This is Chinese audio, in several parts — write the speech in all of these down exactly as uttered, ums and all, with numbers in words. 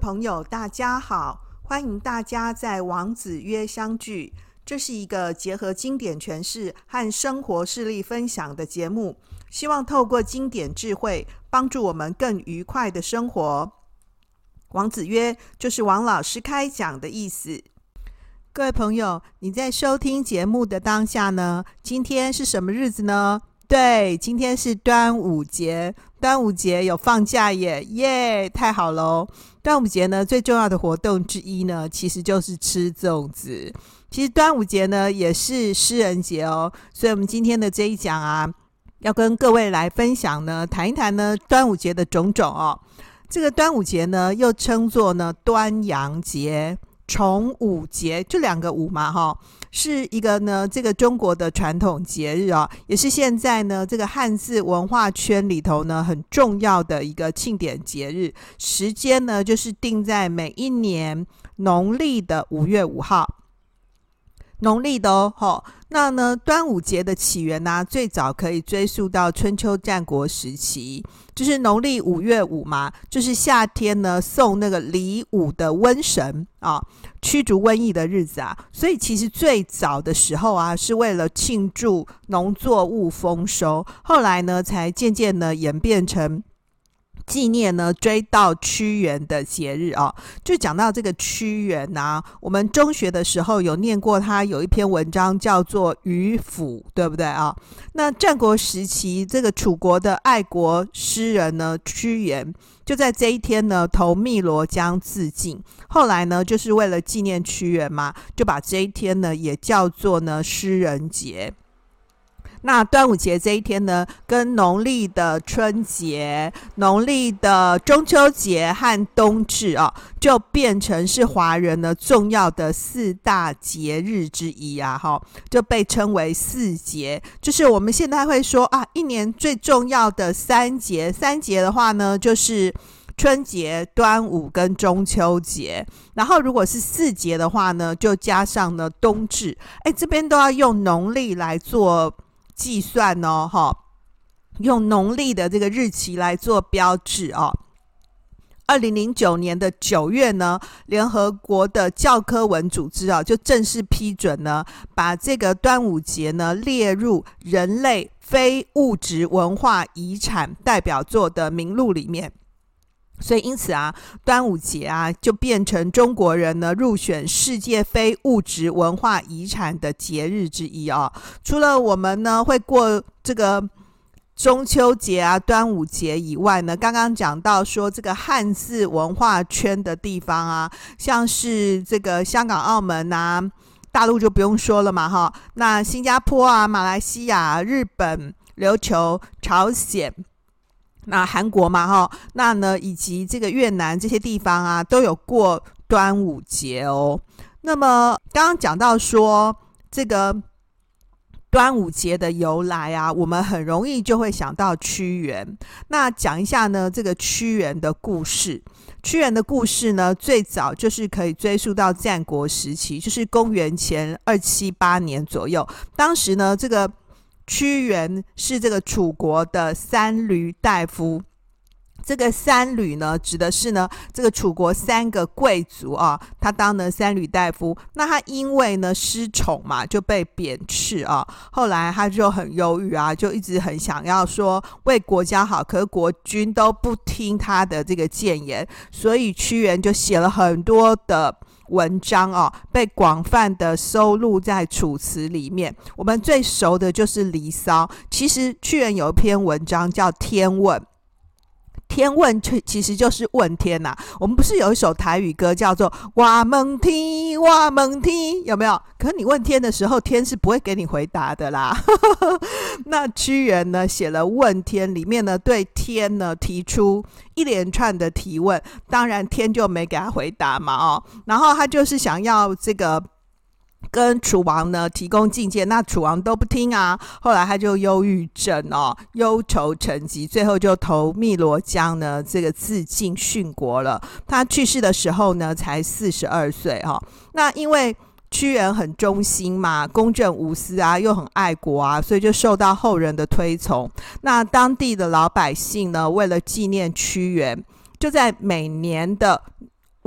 朋友大家好，欢迎大家在王子约相聚。这是一个结合经典诠释和生活事例分享的节目，希望透过经典智慧帮助我们更愉快的生活。王子约就是王老师开讲的意思。各位朋友，你在收听节目的当下呢，今天是什么日子呢？对，今天是端午节。端午节有放假耶，耶，太好了。端午节呢，最重要的活动之一呢，其实就是吃粽子。其实端午节呢，也是诗人节哦，所以我们今天的这一讲啊，要跟各位来分享呢，谈一谈呢端午节的种种哦。这个端午节呢，又称作呢端阳节、重午节，就两个午嘛哈，是一个呢这个中国的传统节日啊，也是现在呢这个汉字文化圈里头呢很重要的一个庆典节日。时间呢就是定在每一年农历的五月五号。农历的哦，哦那呢，端午节的起源呢、啊，最早可以追溯到春秋战国时期，就是农历五月五嘛，就是夏天呢送那个李武的瘟神啊，驱逐瘟疫的日子啊。所以其实最早的时候啊，是为了庆祝农作物丰收，后来呢才渐渐呢演变成纪念呢追悼屈原的节日啊。就讲到这个屈原啊，我们中学的时候有念过他有一篇文章叫做《渔父》，对不对啊？那战国时期这个楚国的爱国诗人呢屈原，就在这一天呢投汨罗江自尽。后来呢就是为了纪念屈原嘛，就把这一天呢也叫做呢诗人节。那端午节这一天呢，跟农历的春节、农历的中秋节和冬至啊，就变成是华人呢重要的四大节日之一啊，哈，就被称为四节。就是我们现在会说啊，一年最重要的三节，三节的话呢，就是春节、端午跟中秋节。然后如果是四节的话呢，就加上呢冬至。哎，这边都要用农历来做计算哦，哈，用农历的这个日期来做标志哦。二零零九年的九月呢，联合国的教科文组织啊，就正式批准呢，把这个端午节呢列入人类非物质文化遗产代表作的名录里面。所以因此啊，端午节啊就变成中国人呢入选世界非物质文化遗产的节日之一啊。除了我们呢会过这个中秋节啊、端午节以外呢，刚刚讲到说这个汉字文化圈的地方啊，像是这个香港、澳门啊，大陆就不用说了嘛哈。那新加坡啊、马来西亚、日本、琉球、朝鲜。那韩国嘛哈，那呢以及这个越南这些地方啊，都有过端午节哦。那么刚刚讲到说这个端午节的由来啊，我们很容易就会想到屈原。那讲一下呢这个屈原的故事。屈原的故事呢，最早就是可以追溯到战国时期，就是公元前二七八年左右。当时呢这个屈原是这个楚国的三闾大夫。这个三闾呢，指的是呢这个楚国三个贵族啊，他当了三闾大夫。那他因为呢失宠嘛，就被贬斥啊。后来他就很忧郁啊，就一直很想要说为国家好，可是国君都不听他的这个谏言，所以屈原就写了很多的文章哦，被广泛的收录在楚辞里面。我们最熟的就是《离骚》。其实屈原有一篇文章叫《天问》，天问其实就是问天呐、啊。我们不是有一首台语歌叫做“我问天，我问天”，有没有？可是你问天的时候，天是不会给你回答的啦。那屈原呢写了《问天》，里面呢对天呢提出一连串的提问，当然天就没给他回答嘛哦。然后他就是想要这个跟楚王呢提供进谏，那楚王都不听啊。后来他就忧郁症哦，忧愁成疾，最后就投汨罗江呢这个自尽殉国了。他去世的时候呢才四十二岁哦。那因为屈原很忠心嘛，公正无私啊，又很爱国啊，所以就受到后人的推崇。那当地的老百姓呢，为了纪念屈原，就在每年的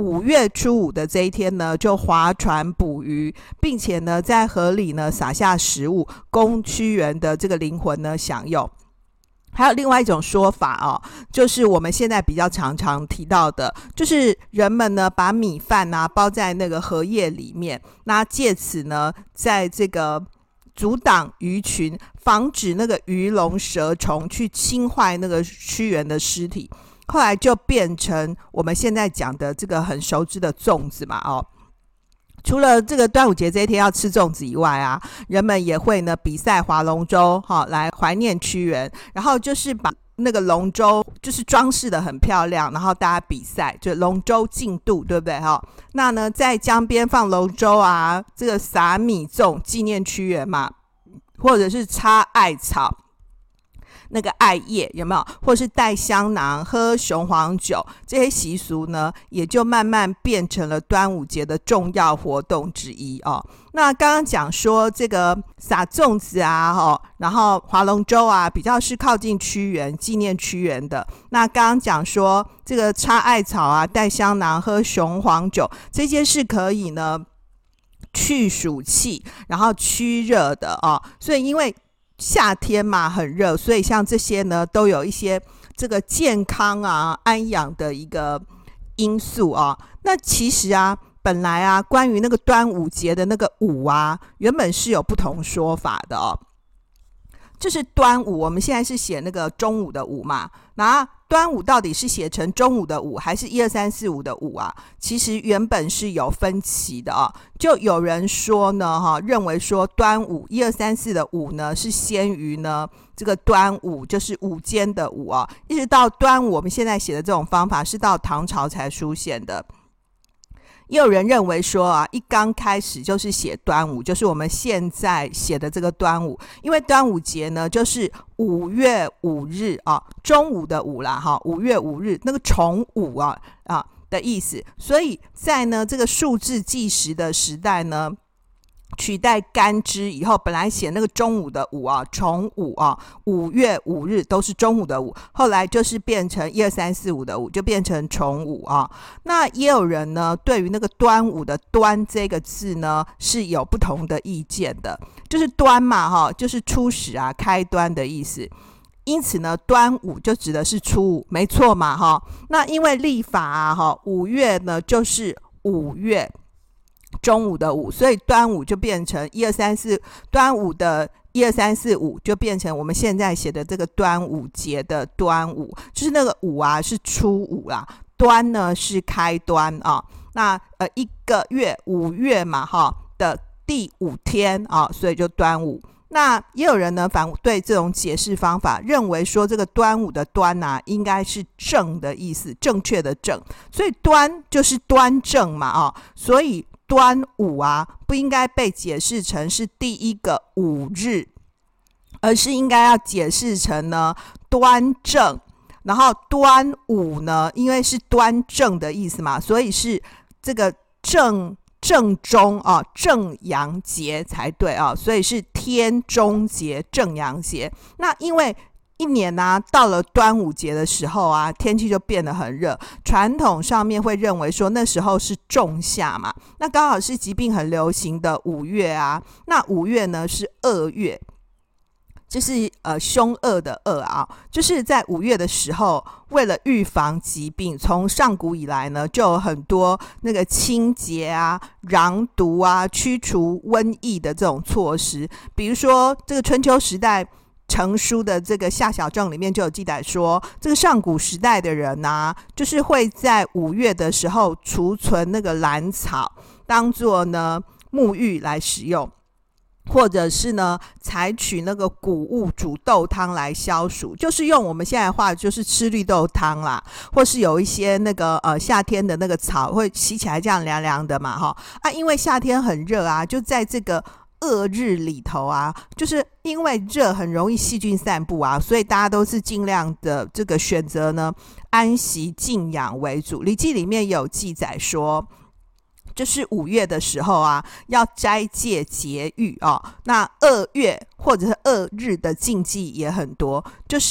五月初五的这一天呢，就划船捕鱼，并且呢在河里呢撒下食物，供屈原的这个灵魂呢享用。还有另外一种说法哦，就是我们现在比较常常提到的，就是人们呢把米饭啊包在那个荷叶里面，那借此呢在这个阻挡鱼群，防止那个鱼龙蛇虫去侵坏那个屈原的尸体。后来就变成我们现在讲的这个很熟知的粽子嘛哦。除了这个端午节这一天要吃粽子以外啊，人们也会呢比赛划龙舟哈、哦，来怀念屈原。然后就是把那个龙舟就是装饰的很漂亮，然后大家比赛，就龙舟竞渡，对不对哈、哦？那呢在江边放龙舟啊，这个撒米粽纪念屈原嘛，或者是插艾草。那个艾叶有没有，或是带香囊喝雄黄酒，这些习俗呢也就慢慢变成了端午节的重要活动之一哦。那刚刚讲说这个撒粽子啊、哦、然后划龙舟啊，比较是靠近屈原，纪念屈原的。那刚刚讲说这个插艾草啊，带香囊喝雄黄酒，这些是可以呢去暑气，然后驱热的哦。所以因为夏天嘛很热，所以像这些呢都有一些这个健康啊安养的一个因素啊。那其实啊本来啊关于那个端午节的那个午啊，原本是有不同说法的哦。就是端午，我们现在是写那个中午的午嘛，那端午到底是写成中午的午还是一二三四五的午啊？其实原本是有分歧的哦。就有人说呢哈，认为说端午一二三四的午呢是先于呢这个端午，就是午间的午啊，一直到端午我们现在写的这种方法是到唐朝才出现的。也有人认为说啊，一刚开始就是写端午，就是我们现在写的这个端午，因为端午节呢就是五月五日啊，中午的午啦哈，五月五日那个重午啊啊的意思，所以在呢这个数字计时的时代呢，取代干支以后，本来写那个中午的午啊，重午啊，五月五日都是中午的午，后来就是变成一二三四五的午，就变成重午啊。那也有人呢，对于那个端午的端这个字呢，是有不同的意见的。就是端嘛哈，就是初始啊，开端的意思。因此呢，端午就指的是初五，没错嘛哈。那因为历法啊哈，五月呢就是五月。中午的午，所以端午就变成一二三四，端午的一二三四五就变成我们现在写的这个端午节的端午，就是那个午啊是初五啦，端呢是开端啊。那呃一个月五月嘛哈的第五天啊，所以就端午。那也有人呢反对这种解释方法，认为说这个端午的端啊应该是正的意思，正确的正，所以端就是端正嘛啊，所以端午啊不应该被解释成是第一个午日，而是应该要解释成呢端正。然后端午呢因为是端正的意思嘛，所以是这个正正中啊，正阳节才对啊，所以是天中节，正阳节。那因为一年啊到了端午节的时候啊，天气就变得很热，传统上面会认为说那时候是仲夏嘛，那刚好是疾病很流行的五月啊。那五月呢是恶月，就是呃凶恶的恶啊，就是在五月的时候，为了预防疾病，从上古以来呢，就有很多那个清洁啊、攘毒啊、驱除瘟疫的这种措施。比如说，这个春秋时代成书的这个夏小正里面就有记载说，这个上古时代的人啊，就是会在五月的时候储存那个兰草，当作呢沐浴来使用。或者是呢采取那个谷物煮豆汤来消暑，就是用我们现在的话就是吃绿豆汤啦，或是有一些那个呃夏天的那个草会洗起来这样凉凉的嘛哈啊，因为夏天很热啊，就在这个恶日里头啊，就是因为热很容易细菌散布啊，所以大家都是尽量的这个选择呢安息静养为主。礼记里面有记载说，就是五月的时候啊，要斋戒节欲啊。那二月或者是二日的禁忌也很多，就是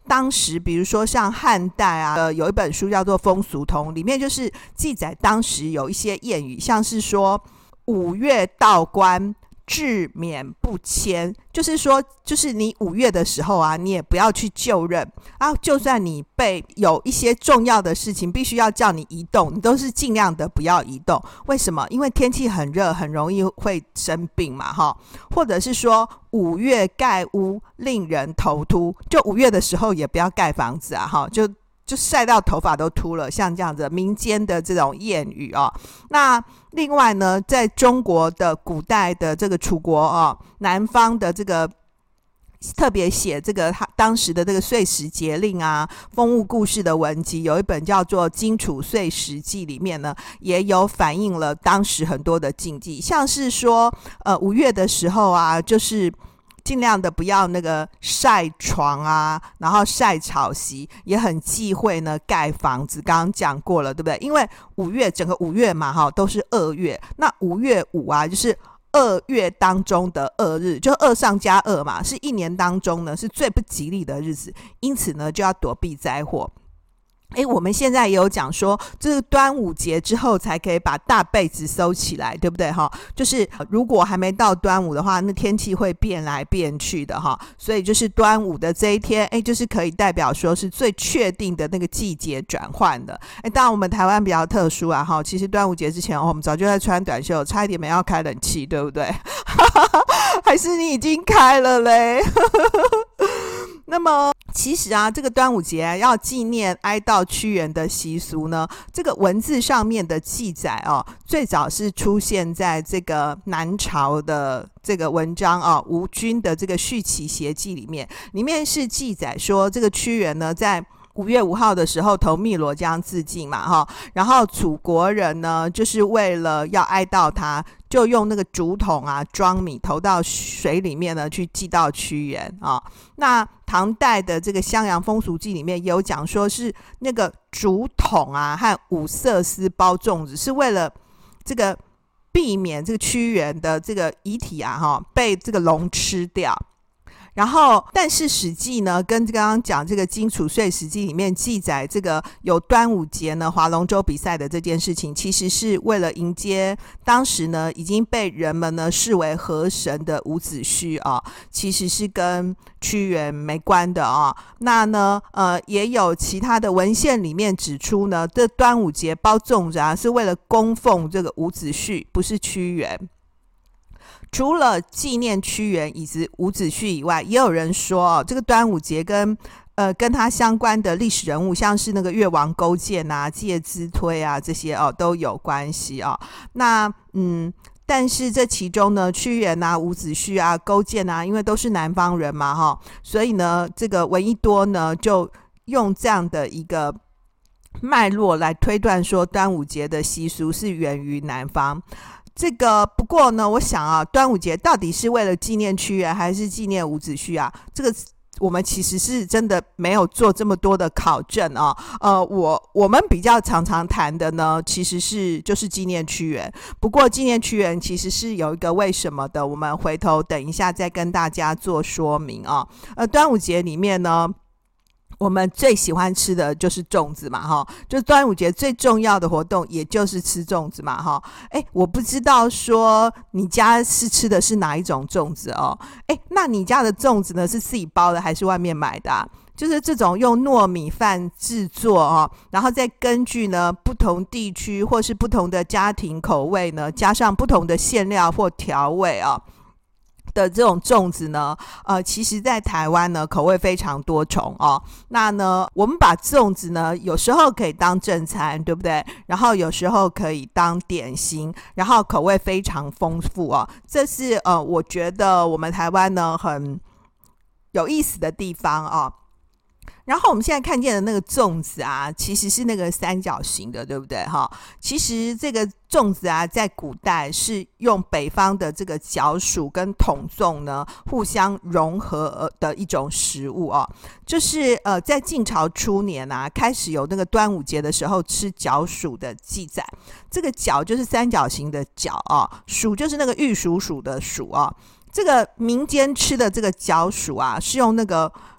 当时比如说像汉代啊，呃，有一本书叫做《风俗通》，里面就是记载当时有一些谚语，像是说五月到官至免不迁，就是说就是你五月的时候啊，你也不要去就任啊，就算你被有一些重要的事情必须要叫你移动，你都是尽量的不要移动。为什么？因为天气很热，很容易会生病嘛哈。或者是说五月盖屋令人头秃，就五月的时候也不要盖房子啊哈，就就晒到头发都秃了，像这样子民间的这种谚语哦。那另外呢，在中国的古代的这个楚国哦，南方的这个特别写这个他当时的这个岁时节令啊、风物故事的文集，有一本叫做《荆楚岁时记》，里面呢也有反映了当时很多的禁忌，像是说呃五月的时候啊，就是尽量的不要那个晒床啊，然后晒草席，也很忌讳呢盖房子。刚刚讲过了，对不对？因为五月整个五月嘛，哈，都是二月。那五月五啊，就是二月当中的二日，就二上加二嘛，是一年当中呢是最不吉利的日子，因此呢就要躲避灾祸。诶，我们现在也有讲说，这是端午节之后才可以把大被子收起来，对不对哈？就是如果还没到端午的话，那天气会变来变去的哈。所以就是端午的这一天，诶，就是可以代表说是最确定的那个季节转换的。诶，当然我们台湾比较特殊啊哈，其实端午节之前、哦、我们早就在穿短袖，差一点没要开冷气，对不对？还是你已经开了嘞？那么其实啊，这个端午节、啊、要纪念哀悼屈原的习俗呢，这个文字上面的记载哦，最早是出现在这个南朝的这个文章哦，吴均的这个《续齐谐记》里面，里面是记载说，这个屈原呢，在五月五号的时候投汨罗江自尽嘛哈，然后楚国人呢，就是为了要哀悼他，就用那个竹筒啊装米投到水里面呢去祭悼屈原啊。那唐代的这个《襄阳风俗记》里面也有讲说，是那个竹筒啊和五色丝包粽子，是为了这个避免这个屈原的这个遗体啊哈被这个龙吃掉。然后但是史记呢跟刚刚讲这个荆楚岁时记里面记载这个有端午节呢划龙舟比赛的这件事情，其实是为了迎接当时呢已经被人们呢视为河神的伍子胥啊，其实是跟屈原没关的啊。那呢呃也有其他的文献里面指出呢，这端午节包粽子啊是为了供奉这个伍子胥，不是屈原。除了纪念屈原以及伍子胥以外，也有人说、哦、这个端午节跟呃跟他相关的历史人物，像是那个越王勾践啊、介之推啊这些哦都有关系哦。那嗯，但是这其中呢，屈原啊、伍子胥啊、勾践啊，因为都是南方人嘛哈、哦，所以呢，这个闻一多呢就用这样的一个脉络来推断说，端午节的习俗是源于南方。这个不过呢，我想啊，端午节到底是为了纪念屈原还是纪念伍子胥啊？这个我们其实是真的没有做这么多的考证啊。呃，我我们比较常常谈的呢，其实是就是纪念屈原。不过纪念屈原其实是有一个为什么的，我们回头等一下再跟大家做说明啊。呃，端午节里面呢，我们最喜欢吃的就是粽子嘛哈，就端午节最重要的活动也就是吃粽子嘛哈。哎，我不知道说你家是吃的是哪一种粽子哦。哎，那你家的粽子呢是自己包的还是外面买的啊？就是这种用糯米饭制作哦，然后再根据呢不同地区或是不同的家庭口味呢，加上不同的馅料或调味哦的这种粽子呢，呃，其实在台湾呢口味非常多重哦。那呢，我们把粽子呢有时候可以当正餐，对不对？然后有时候可以当点心，然后口味非常丰富哦。这是呃，我觉得我们台湾呢很有意思的地方哦。然后我们现在看见的那个粽子啊，其实是那个三角形的，对不对哈？其实这个粽子啊，在古代是用北方的这个角黍跟筒粽呢互相融合的一种食物哦。就是呃，在晋朝初年啊，开始有那个端午节的时候吃角黍的记载。这个角就是三角形的角啊，黍就是那个玉蜀黍的黍啊。这个民间吃的这个角黍啊，是用那个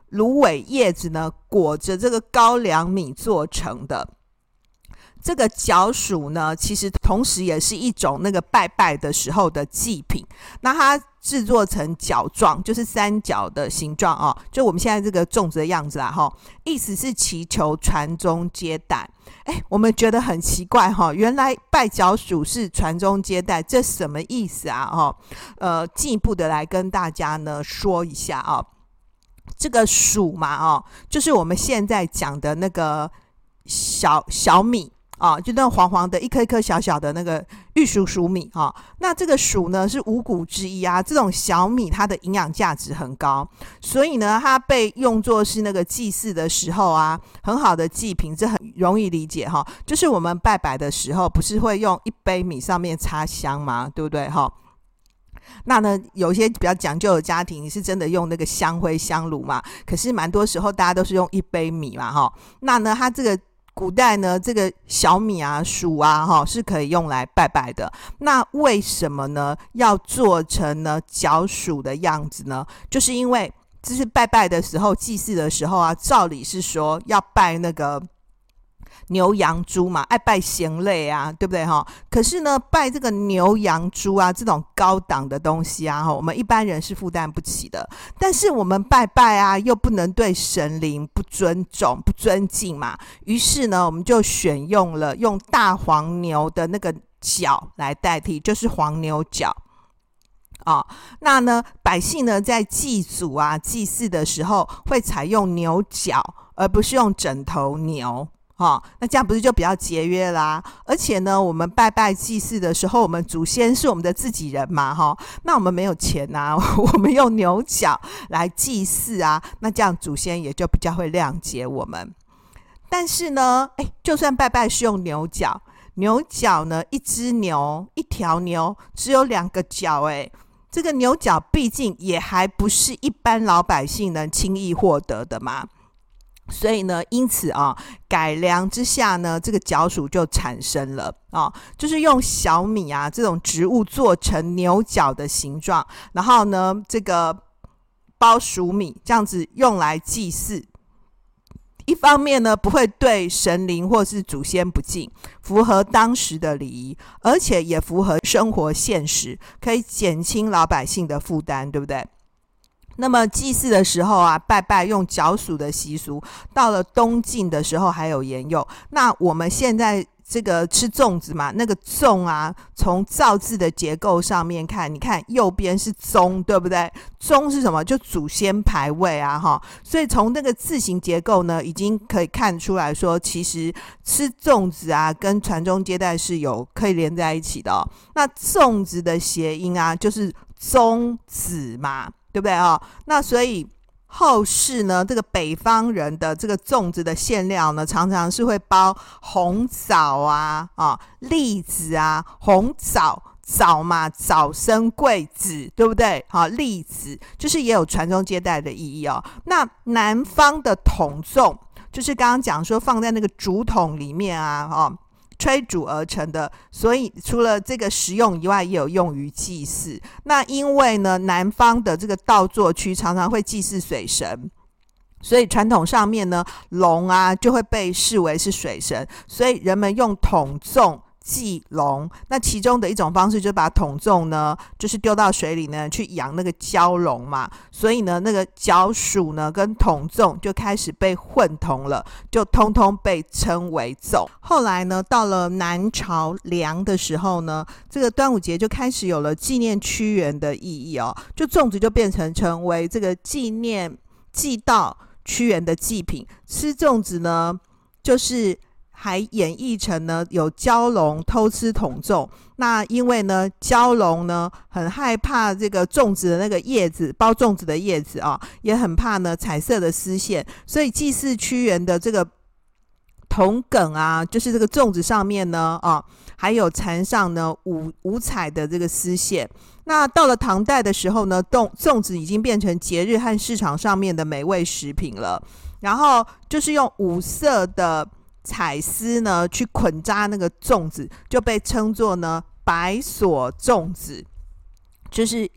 芦苇叶子呢裹着这个高粱米做成的。这个角黍呢，其实同时也是一种那个拜拜的时候的祭品。那它制作成角状，就是三角的形状哦，就我们现在这个粽子的样子啦哈。意思是祈求传宗接代。哎，我们觉得很奇怪哈，原来拜角黍是传宗接代，这什么意思啊？哈，呃，进一步的来跟大家呢说一下啊、哦。这个黍嘛，哦，就是我们现在讲的那个小小米。啊，就那种黄黄的一颗一颗小小的那个玉蜀黍米啊，那这个黍呢是五谷之一啊，这种小米它的营养价值很高，所以呢它被用作是那个祭祀的时候啊很好的祭品，这很容易理解哈。就是我们拜拜的时候不是会用一杯米上面插香吗？对不对哈？那呢，有些比较讲究的家庭，你是真的用那个香灰香炉嘛？可是蛮多时候大家都是用一杯米嘛哈。那呢，它这个古代呢，这个小米啊、黍啊，哈，是可以用来拜拜的。那为什么呢？要做成呢角黍的样子呢？就是因为这是拜拜的时候、祭祀的时候啊，照理是说要拜那个牛羊猪嘛，爱拜贤类啊，对不对哈？可是呢，拜这个牛羊猪啊，这种高档的东西啊，我们一般人是负担不起的。但是我们拜拜啊，又不能对神灵不尊重、不尊敬嘛。于是呢，我们就选用了用大黄牛的那个角来代替，就是黄牛角。哦，那呢，百姓呢在祭祖啊、祭祀的时候，会采用牛角，而不是用整头牛。哦，那这样不是就比较节约啦？而且呢，我们拜拜祭祀的时候，我们祖先是我们的自己人嘛，哈、哦，那我们没有钱啊，我们用牛角来祭祀啊，那这样祖先也就比较会谅解我们。但是呢，哎，就算拜拜是用牛角，牛角呢，一只牛、一条牛只有两个角，哎，这个牛角毕竟也还不是一般老百姓能轻易获得的嘛。所以呢，因此啊，改良之下呢，这个角黍就产生了啊，就是用小米啊这种植物做成牛角的形状，然后呢，这个包黍米这样子用来祭祀。一方面呢，不会对神灵或是祖先不敬，符合当时的礼仪，而且也符合生活现实，可以减轻老百姓的负担，对不对？那么祭祀的时候啊，拜拜用角黍的习俗，到了东晋的时候还有沿用。那我们现在这个吃粽子嘛，那个粽啊，从造字的结构上面看，你看右边是宗，对不对？宗是什么？就祖先牌位啊，哈。所以从那个字形结构呢，已经可以看出来说，其实吃粽子啊，跟传宗接代是有可以连在一起的哦。那粽子的谐音啊，就是宗子嘛。对不对啊、哦？那所以后世呢，这个北方人的这个粽子的馅料呢，常常是会包红枣啊、啊栗子啊、红枣枣嘛，早生贵子，对不对？好，栗子就是也有传宗接代的意义哦。那南方的筒粽，就是刚刚讲说放在那个竹筒里面啊，哦。吹煮而成的，所以除了这个食用以外，也有用于祭祀。那因为呢，南方的这个稻作区常常会祭祀水神，所以传统上面呢，龙啊就会被视为是水神，所以人们用筒粽祭龙。那其中的一种方式就是把筒粽呢，就是丢到水里呢去养那个蛟龙嘛，所以呢那个角黍呢跟筒粽就开始被混同了，就通通被称为粽。后来呢到了南朝梁的时候呢，这个端午节就开始有了纪念屈原的意义哦，就粽子就变成成为这个纪念祭悼屈原的祭品。吃粽子呢就是还演绎成呢有蛟龙偷吃筒粽，那因为呢蛟龙呢很害怕这个粽子的那个叶子，包粽子的叶子啊，也很怕呢彩色的丝线，所以祭祀屈原的这个铜梗啊，就是这个粽子上面呢啊，还有缠上呢五五彩的这个丝线。那到了唐代的时候呢，粽子已经变成节日和市场上面的美味食品了，然后就是用五色的彩丝呢去捆扎那个粽子，就被称作呢白锁粽子，就是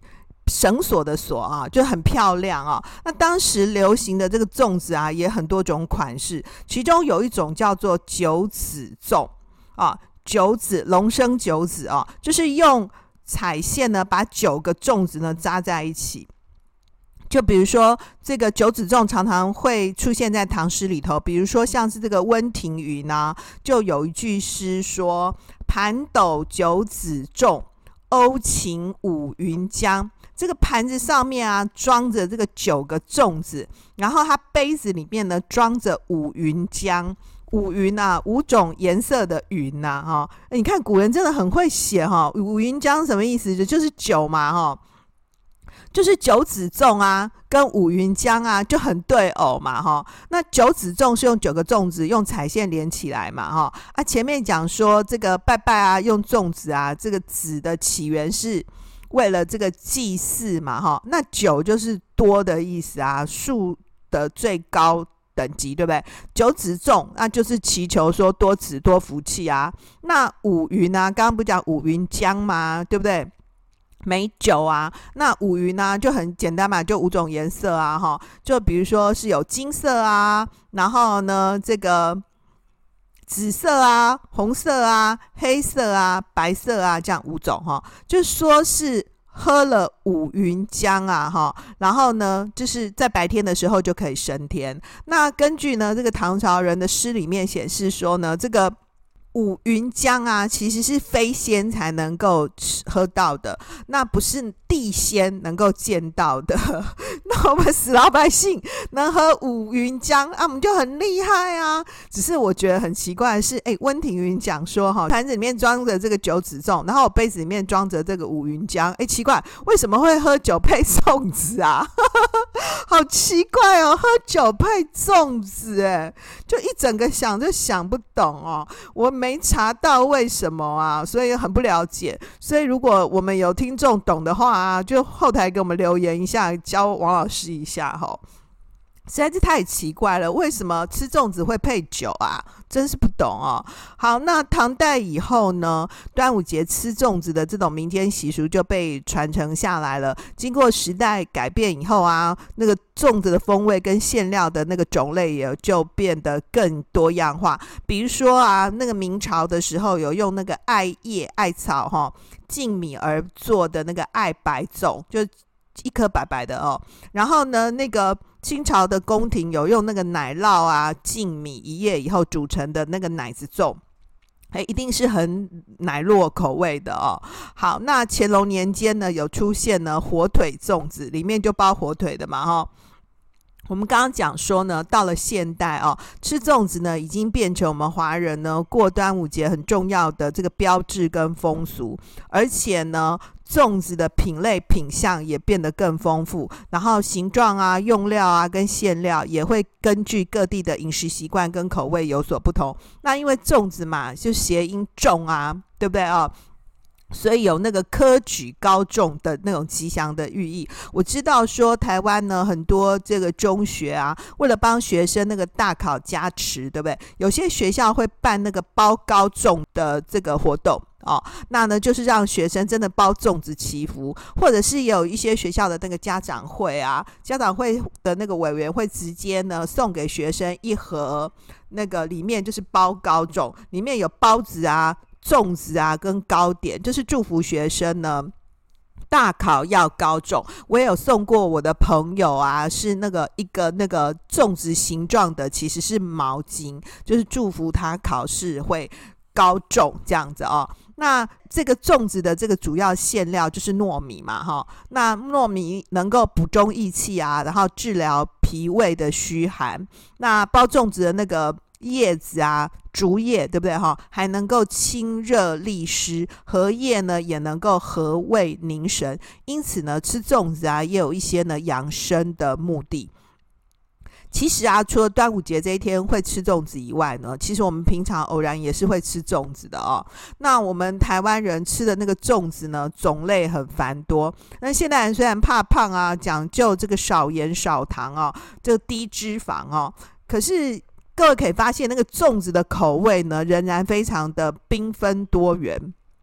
绳索的索啊，就很漂亮啊。那当时流行的这个粽子啊，也很多种款式，其中有一种叫做九子粽啊，九子龙生九子啊，就是用彩线呢把九个粽子呢扎在一起。就比如说这个九子粽常常会出现在唐诗里头，比如说像是这个温庭筠啊，就有一句诗说盘斗九子粽，瓯情五云江。这个盘子上面啊装着这个九个粽子，然后它杯子里面呢装着五云浆。五云啊，五种颜色的云啊，哈，你看古人真的很会写哈。五云浆什么意思？就是酒嘛，哈，就是九子粽啊，跟五云浆啊就很对偶嘛，哈。那九子粽是用九个粽子用彩线连起来嘛，哈。啊，前面讲说这个拜拜啊，用粽子啊，这个子的起源是为了这个祭祀嘛，哈。那九就是多的意思啊，数的最高等级，对不对？九子粽那就是祈求说多子多福气啊。那五云啊，刚刚不讲五云浆吗？对不对？美酒啊，那五云呢、啊、就很简单嘛，就五种颜色啊，哈，就比如说是有金色啊，然后呢这个紫色啊、红色啊、黑色啊、白色啊，这样五种哈，就说是喝了五云浆啊，哈，然后呢，就是在白天的时候就可以升天。那根据呢这个唐朝人的诗里面显示说呢，这个五云浆啊，其实是飞仙才能够喝到的，那不是地仙能够见到的。那我们死老百姓能喝五云浆啊，我们就很厉害啊。只是我觉得很奇怪的是，哎，温庭筠讲说哈，盘子里面装着这个九子粽，然后我杯子里面装着这个五云浆，哎，奇怪，为什么会喝酒配粽子啊？好奇怪哦，喝酒配粽子，哎，就一整个想就想不懂哦。我没查到为什么啊，所以很不了解。所以如果我们有听众懂的话啊，就后台给我们留言一下，教王老师一下哈。实在是太奇怪了，为什么吃粽子会配酒啊？真是不懂哦。好，那唐代以后呢，端午节吃粽子的这种民间习俗就被传承下来了。经过时代改变以后啊，那个粽子的风味跟馅料的那个种类也就变得更多样化。比如说啊，那个明朝的时候有用那个艾叶、艾草哈浸米而做的那个艾白粽，就一颗白白的哦。然后呢，那个清朝的宫廷有用那个奶酪啊浸米一夜以后煮成的那个奶子粽，哎，一定是很奶酪口味的哦。好，那乾隆年间呢，有出现呢火腿粽子，里面就包火腿的嘛，哈、哦。我们刚刚讲说呢，到了现代哦，吃粽子呢已经变成我们华人呢过端午节很重要的这个标志跟风俗，而且呢，粽子的品类品相也变得更丰富，然后形状啊、用料啊跟馅料也会根据各地的饮食习惯跟口味有所不同。那因为粽子嘛，就谐音重啊，对不对哦？所以有那个科举高中的那种吉祥的寓意。我知道说台湾呢很多这个中学啊，为了帮学生那个大考加持，对不对？有些学校会办那个包高中的这个活动哦，那呢就是让学生真的包粽子祈福，或者是有一些学校的那个家长会啊，家长会的那个委员会直接呢送给学生一盒，那个里面就是包高粽，里面有包子啊、粽子啊跟糕点，就是祝福学生呢大考要高中。我也有送过我的朋友啊，是那个一个那个粽子形状的，其实是毛巾，就是祝福他考试会高中这样子哦。那这个粽子的这个主要馅料就是糯米嘛，哈，那糯米能够补中益气啊，然后治疗脾胃的虚寒。那包粽子的那个叶子啊，竹叶对不对哈？还能够清热利湿，荷叶呢也能够和胃凝神，因此呢，吃粽子啊也有一些呢养生的目的。其实啊，除了端午节这一天会吃粽子以外呢，其实我们平常偶然也是会吃粽子的哦。那我们台湾人吃的那个粽子呢，种类很繁多。那现代人虽然怕胖啊，讲究这个少盐少糖哦，这个低脂肪哦，可是各位可以发现，那个粽子的口味呢，仍然非常的缤纷多元。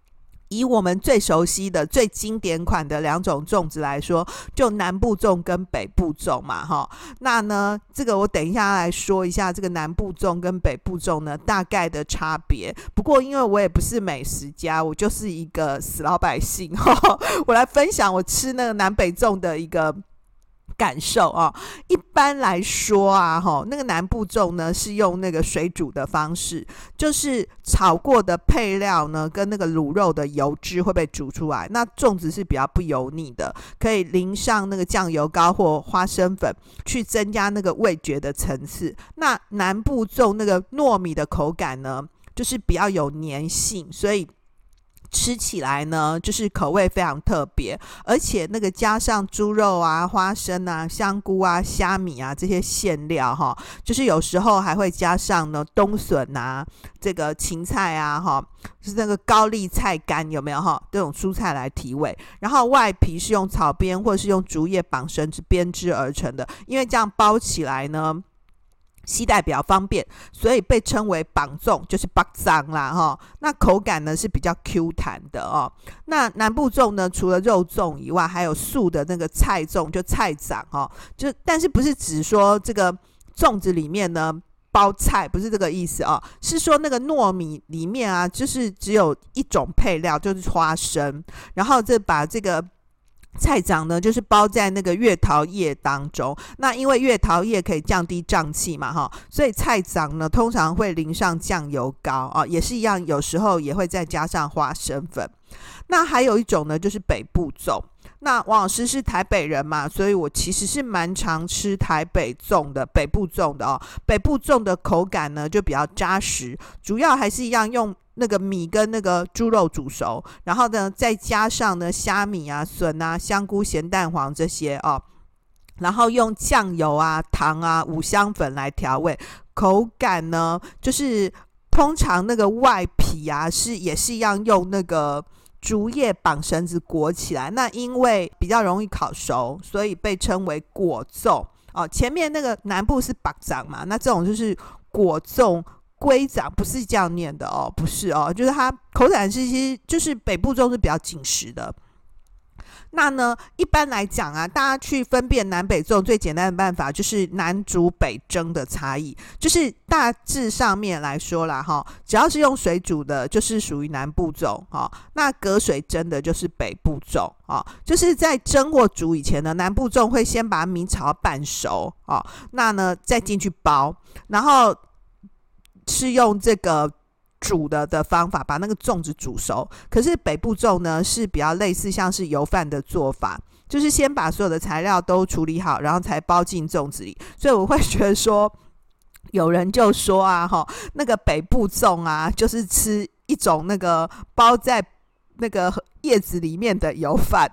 以我们最熟悉的最经典款的两种粽子来说，就南部粽跟北部粽嘛齁。那呢这个我等一下来说一下这个南部粽跟北部粽呢大概的差别。不过因为我也不是美食家，我就是一个死老百姓齁，我来分享我吃那个南北粽的一个感受啊。一般来说啊，那个南部粽呢是用那个水煮的方式，就是炒过的配料呢跟那个卤肉的油脂会被煮出来，那粽子是比较不油腻的，可以淋上那个酱油膏或花生粉去增加那个味觉的层次。那南部粽那个糯米的口感呢就是比较有粘性，所以吃起来呢就是口味非常特别，而且那个加上猪肉啊、花生啊、香菇啊、虾米啊这些馅料哈，就是有时候还会加上呢冬笋啊、这个芹菜啊哈，就是那个高丽菜干有没有哈？这种蔬菜来提味，然后外皮是用草编或者是用竹叶绑绳子编织而成的，因为这样包起来呢携带比较方便，所以被称为绑粽，就是绑粽啦齁。那口感呢是比较 Q 弹的哦。那南部粽呢，除了肉粽以外，还有素的那个菜粽，就菜粽哦。就但是不是指说这个粽子里面呢包菜，不是这个意思哦，是说那个糯米里面啊，就是只有一种配料，就是花生，然后这把这个菜粽呢就是包在那个月桃叶当中，那因为月桃叶可以降低胀气嘛齁，所以菜粽呢通常会淋上酱油膏、哦、也是一样，有时候也会再加上花生粉。那还有一种呢就是北部粽，那王老师是台北人嘛，所以我其实是蛮常吃台北粽的北部粽的哦。北部粽的口感呢就比较扎实，主要还是一样用那个米跟那个猪肉煮熟，然后呢再加上呢虾米啊、笋啊、香菇、咸蛋黄这些哦，然后用酱油啊、糖啊、五香粉来调味，口感呢就是通常那个外皮啊是也是一样用那个竹叶绑绳子裹起来，那因为比较容易烤熟，所以被称为果粽哦。前面那个南部是绑粽嘛，那这种就是果粽、龟粽，不是这样念的哦，不是哦，就是它口感是其实就是北部粽是比较紧实的。那呢一般来讲啊，大家去分辨南北粽最简单的办法就是南煮北蒸的差异，就是大致上面来说啦齁，只要是用水煮的就是属于南部粽齁，那隔水蒸的就是北部粽齁。就是在蒸或煮以前呢，南部粽会先把米炒到半熟齁，那呢再进去包，然后是用这个煮的的方法把那个粽子煮熟。可是北部粽呢是比较类似像是油饭的做法，就是先把所有的材料都处理好，然后才包进粽子里。所以我会觉得说，有人就说啊齁，那个北部粽啊就是吃一种那个包在那个叶子里面的油饭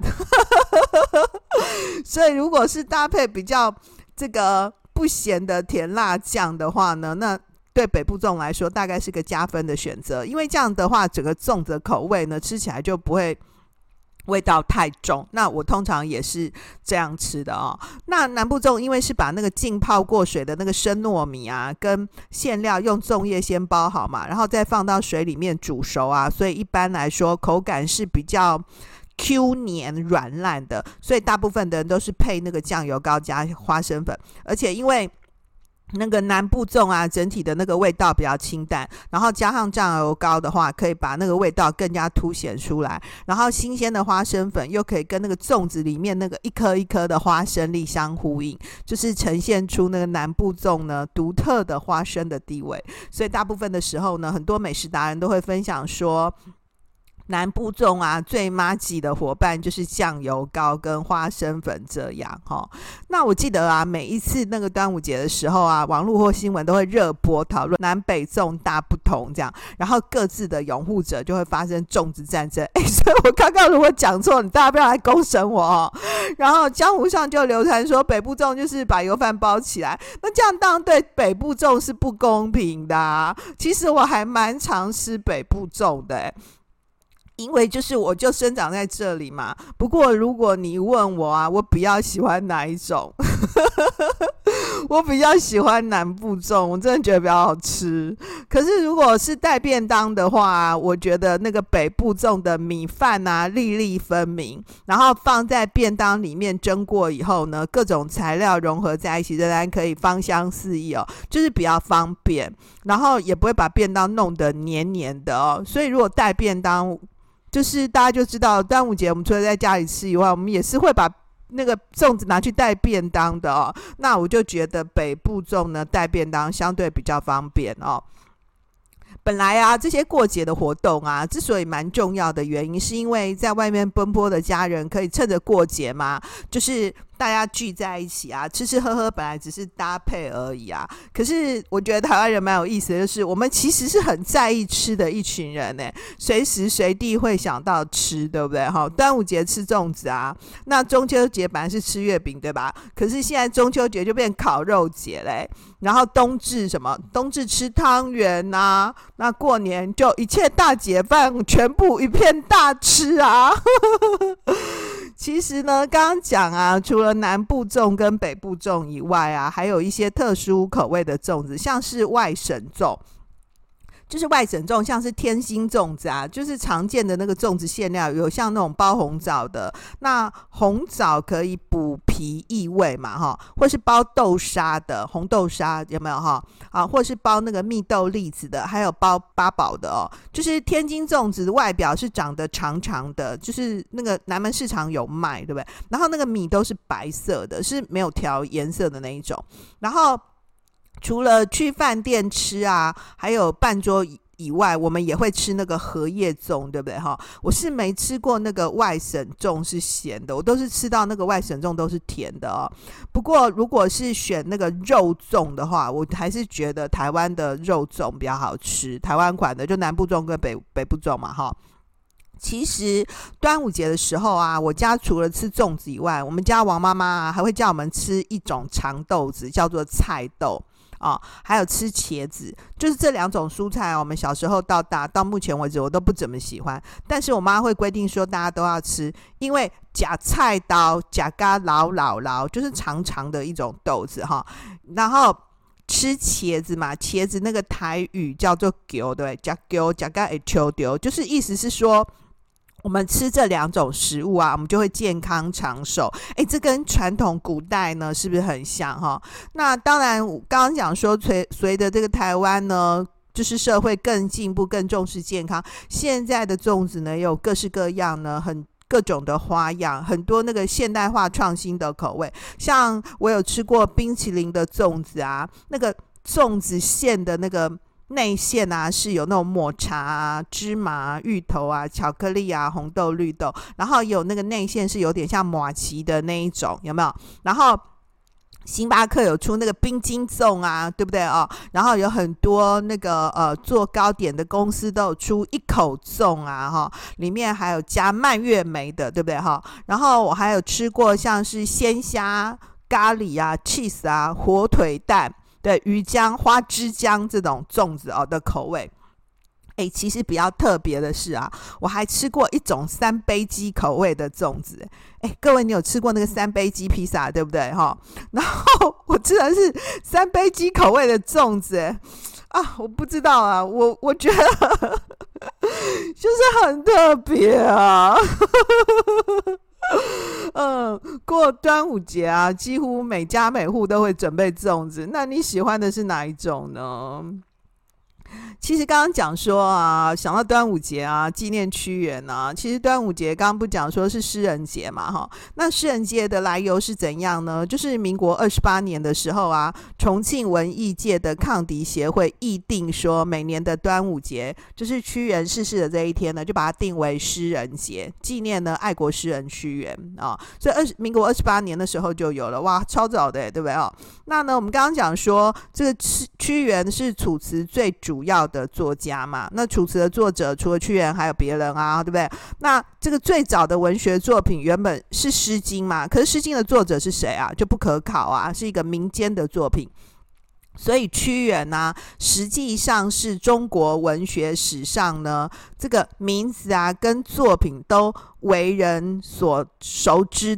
所以如果是搭配比较这个不咸的甜辣酱的话呢，那对北部粽来说大概是个加分的选择，因为这样的话整个粽子的口味呢吃起来就不会味道太重，那我通常也是这样吃的哦。那南部粽因为是把那个浸泡过水的那个生糯米啊跟馅料用粽叶先包好嘛，然后再放到水里面煮熟啊，所以一般来说口感是比较 Q 黏软烂的，所以大部分的人都是配那个酱油膏加花生粉，而且因为那个南部粽啊整体的那个味道比较清淡，然后加上酱油膏的话可以把那个味道更加凸显出来，然后新鲜的花生粉又可以跟那个粽子里面那个一颗一颗的花生粒相呼应，就是呈现出那个南部粽呢独特的花生的地位。所以大部分的时候呢，很多美食达人都会分享说南部粽啊最麻吉的伙伴就是酱油膏跟花生粉这样、哦、那我记得啊每一次那个端午节的时候啊，网络或新闻都会热播讨论南北粽大不同这样，然后各自的拥护者就会发生粽子战争。哎，所以我刚刚如果讲错，你大家不要来公审我哦。然后江湖上就流传说北部粽就是把油饭包起来，那这样当然对北部粽是不公平的啊。其实我还蛮常吃北部粽的哎，因为就是我就生长在这里嘛。不过如果你问我啊，我比较喜欢哪一种我比较喜欢南部粽，我真的觉得比较好吃。可是如果是带便当的话，我觉得那个北部粽的米饭啊粒粒分明，然后放在便当里面蒸过以后呢，各种材料融合在一起，仍然可以芳香四溢哦，就是比较方便，然后也不会把便当弄得黏黏的哦。所以如果带便当，就是大家就知道端午节我们除了在家里吃以外，我们也是会把那个粽子拿去带便当的哦。那我就觉得北部粽呢带便当相对比较方便哦。本来啊，这些过节的活动啊，之所以蛮重要的原因，是因为在外面奔波的家人可以趁着过节嘛，就是大家聚在一起啊，吃吃喝喝本来只是搭配而已啊。可是我觉得台湾人蛮有意思的，就是我们其实是很在意吃的一群人呢，随时随地会想到吃，对不对？端午节吃粽子啊，那中秋节本来是吃月饼，对吧？可是现在中秋节就变烤肉节嘞，然后冬至什么？冬至吃汤圆啊，那过年就一切大解放，全部一片大吃啊！其实呢，刚刚讲啊，除了南部粽跟北部粽以外啊，还有一些特殊口味的粽子，像是外省粽。就是外省粽，像是天心粽子啊，就是常见的那个粽子馅料，有像那种包红枣的，那红枣可以补脾益胃嘛，哈，或是包豆沙的红豆沙有没有哈？啊，或是包那个蜜豆栗子的，还有包八宝的哦。就是天津粽子的外表是长得长长的，就是那个南门市场有卖，对不对？然后那个米都是白色的，是没有调颜色的那一种，然后。除了去饭店吃啊，还有办桌以外，我们也会吃那个荷叶粽，对不对哈？我是没吃过那个外省粽是咸的，我都是吃到那个外省粽都是甜的哦。不过如果是选那个肉粽的话，我还是觉得台湾的肉粽比较好吃，台湾款的就南部粽跟北北部粽嘛哈。其实端午节的时候啊，我家除了吃粽子以外，我们家王妈妈啊还会叫我们吃一种长豆子，叫做菜豆。哦，还有吃茄子，就是这两种蔬菜、哦、我们小时候到大到目前为止我都不怎么喜欢，但是我妈会规定说大家都要吃，因为假菜刀假嘎老老老就是长长的一种豆子哈、哦，然后吃茄子嘛，茄子那个台语叫做丢，对，假丢假嘎会秋丢，就是意思是说。我们吃这两种食物啊，我们就会健康长寿。哎，这跟传统古代呢是不是很像哈？那当然，刚刚讲说随随着这个台湾呢，就是社会更进步、更重视健康，现在的粽子呢也有各式各样呢，很各种的花样，很多那个现代化创新的口味。像我有吃过冰淇淋的粽子啊，那个粽子馅的那个。内馅啊是有那种抹茶啊、芝麻啊、芋头啊、巧克力啊、红豆、绿豆，然后有那个内馅是有点像马奇的那一种，有没有？然后星巴克有出那个冰晶粽啊，对不对哦？然后有很多那个呃做糕点的公司都有出一口粽啊，哈，里面还有加蔓越莓的，对不对哈？然后我还有吃过像是鲜虾、咖喱啊、cheese 啊、火腿蛋。对，鱼浆、花枝浆这种粽子哦的口味，哎，其实比较特别的是啊，我还吃过一种三杯鸡口味的粽子。哎，各位，你有吃过那个三杯鸡披萨，对不对哈？然后我吃的是三杯鸡口味的粽子，啊，我不知道啊，我我觉得就是很特别啊。嗯，过端午节啊，几乎每家每户都会准备粽子。那你喜欢的是哪一种呢？其实刚刚讲说啊，想到端午节啊，纪念屈原啊，其实端午节刚刚不讲说是诗人节嘛，哈，那诗人节的来由是怎样呢？就是民国二十八年的时候啊，重庆文艺界的抗敌协会议定说，每年的端午节就是屈原逝世的这一天呢，就把它定为诗人节，纪念呢爱国诗人屈原啊，所以二十民国二十八年的时候就有了，哇，超早的，对不对哦？那呢，我们刚刚讲说，这个屈原是楚辞最主要的作家嘛，那楚辞的作者除了屈原还有别人啊，对不对？那这个最早的文学作品原本是诗经嘛，可是诗经的作者是谁啊？就不可考啊，是一个民间的作品。所以屈原啊，实际上是中国文学史上呢，这个名字啊跟作品都为人所熟知的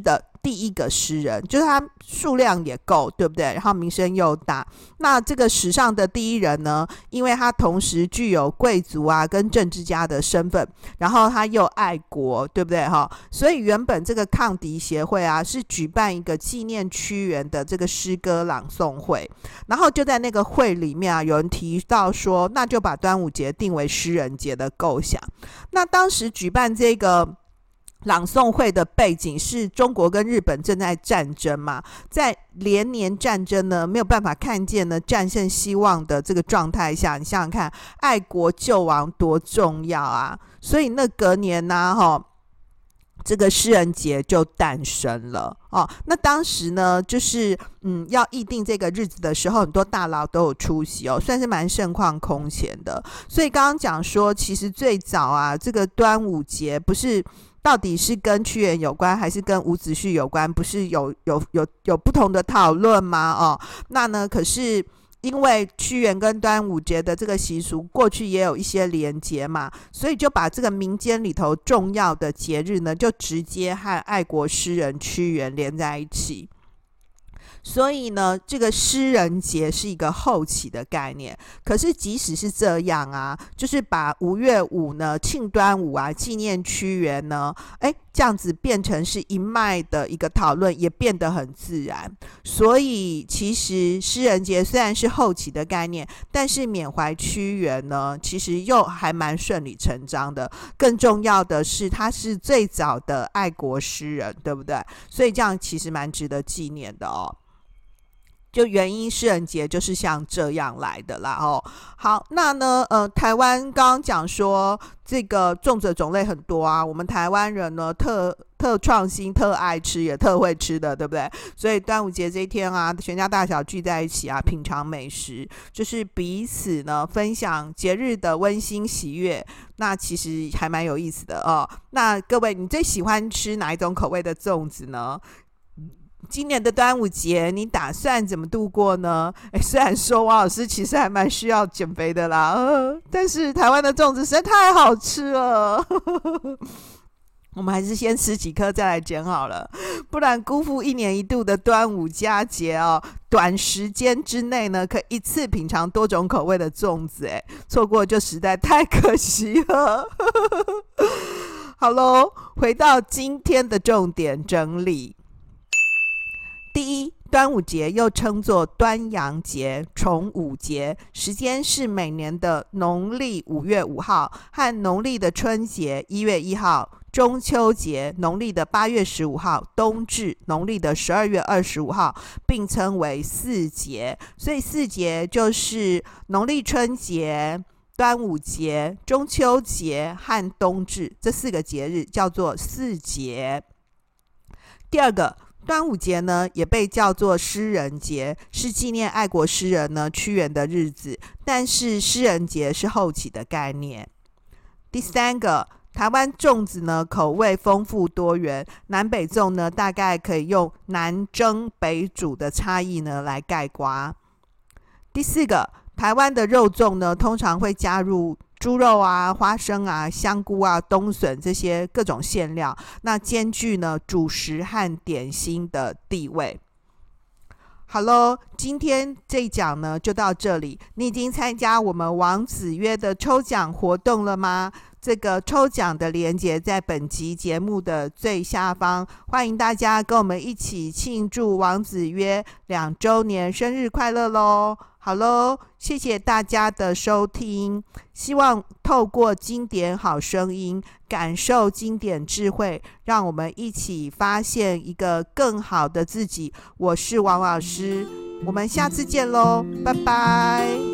第一个诗人，就是他数量也够，对不对？然后名声又大。那这个史上的第一人呢，因为他同时具有贵族啊跟政治家的身份，然后他又爱国，对不对哈？所以原本这个抗敌协会啊是举办一个纪念屈原的这个诗歌朗诵会，然后就在那个会里面啊，有人提到说，那就把端午节定为诗人节的构想。那当时举办这个朗诵会的背景是中国跟日本正在战争嘛，在连年战争呢没有办法看见呢战胜希望的这个状态下，你想想看，爱国救亡多重要啊！所以那隔年呢、啊，这个诗人节就诞生了哦。那当时呢，就是嗯，要议定这个日子的时候，很多大佬都有出席哦，算是蛮盛况空前的。所以刚刚讲说，其实最早啊，这个端午节不是到底是跟屈原有关，还是跟伍子胥有关？不是有有有有不同的讨论吗？哦，那呢，可是因为屈原跟端午节的这个习俗过去也有一些连结嘛，所以就把这个民间里头重要的节日呢，就直接和爱国诗人屈原连在一起。所以呢，这个诗人节是一个后起的概念。可是即使是这样啊，就是把五月五呢庆端午啊，纪念屈原呢，哎，这样子变成是一脉的一个讨论，也变得很自然。所以其实诗人节虽然是后起的概念，但是缅怀屈原呢，其实又还蛮顺理成章的。更重要的是，他是最早的爱国诗人，对不对？所以这样其实蛮值得纪念的哦。就原因诗人节就是像这样来的啦哦。好，那呢呃台湾刚刚讲说这个粽子种类很多啊，我们台湾人呢特特创新，特爱吃，也特会吃的，对不对？所以端午节这一天啊，全家大小聚在一起啊，品尝美食，就是彼此呢分享节日的温馨喜悦，那其实还蛮有意思的哦。那各位，你最喜欢吃哪一种口味的粽子呢？今年的端午节你打算怎么度过呢？诶，虽然说王老师其实还蛮需要减肥的啦、呃、但是台湾的粽子实在太好吃了我们还是先吃几颗再来减好了，不然辜负一年一度的端午佳节哦。短时间之内呢，可以一次品尝多种口味的粽子，哎，错过就实在太可惜了好咯，回到今天的重点整理。第一，端午节又称作端阳节、重午节，时间是每年的农历五月五号和农历的春节一月一号，中秋节农历的八月十五号，冬至农历的十二月二十五号，并称为四节。所以四节就是农历春节、端午节、中秋节和冬至这四个节日叫做四节。第二个，端午节呢也被叫做诗人节，是纪念爱国诗人呢屈原的日子，但是诗人节是后起的概念。第三个，台湾粽子呢口味丰富多元，南北粽呢大概可以用南蒸北煮的差异呢来概括。第四个，台湾的肉粽呢通常会加入猪肉啊、花生啊、香菇啊、冬笋这些各种馅料，那兼具呢主食和点心的地位。好咯，今天这一讲呢就到这里。你已经参加我们王子约的抽奖活动了吗？这个抽奖的连结在本集节目的最下方，欢迎大家跟我们一起庆祝王子约两周年生日快乐咯。好咯，谢谢大家的收听，希望透过经典好声音，感受经典智慧，让我们一起发现一个更好的自己。我是王老师，我们下次见咯，拜拜。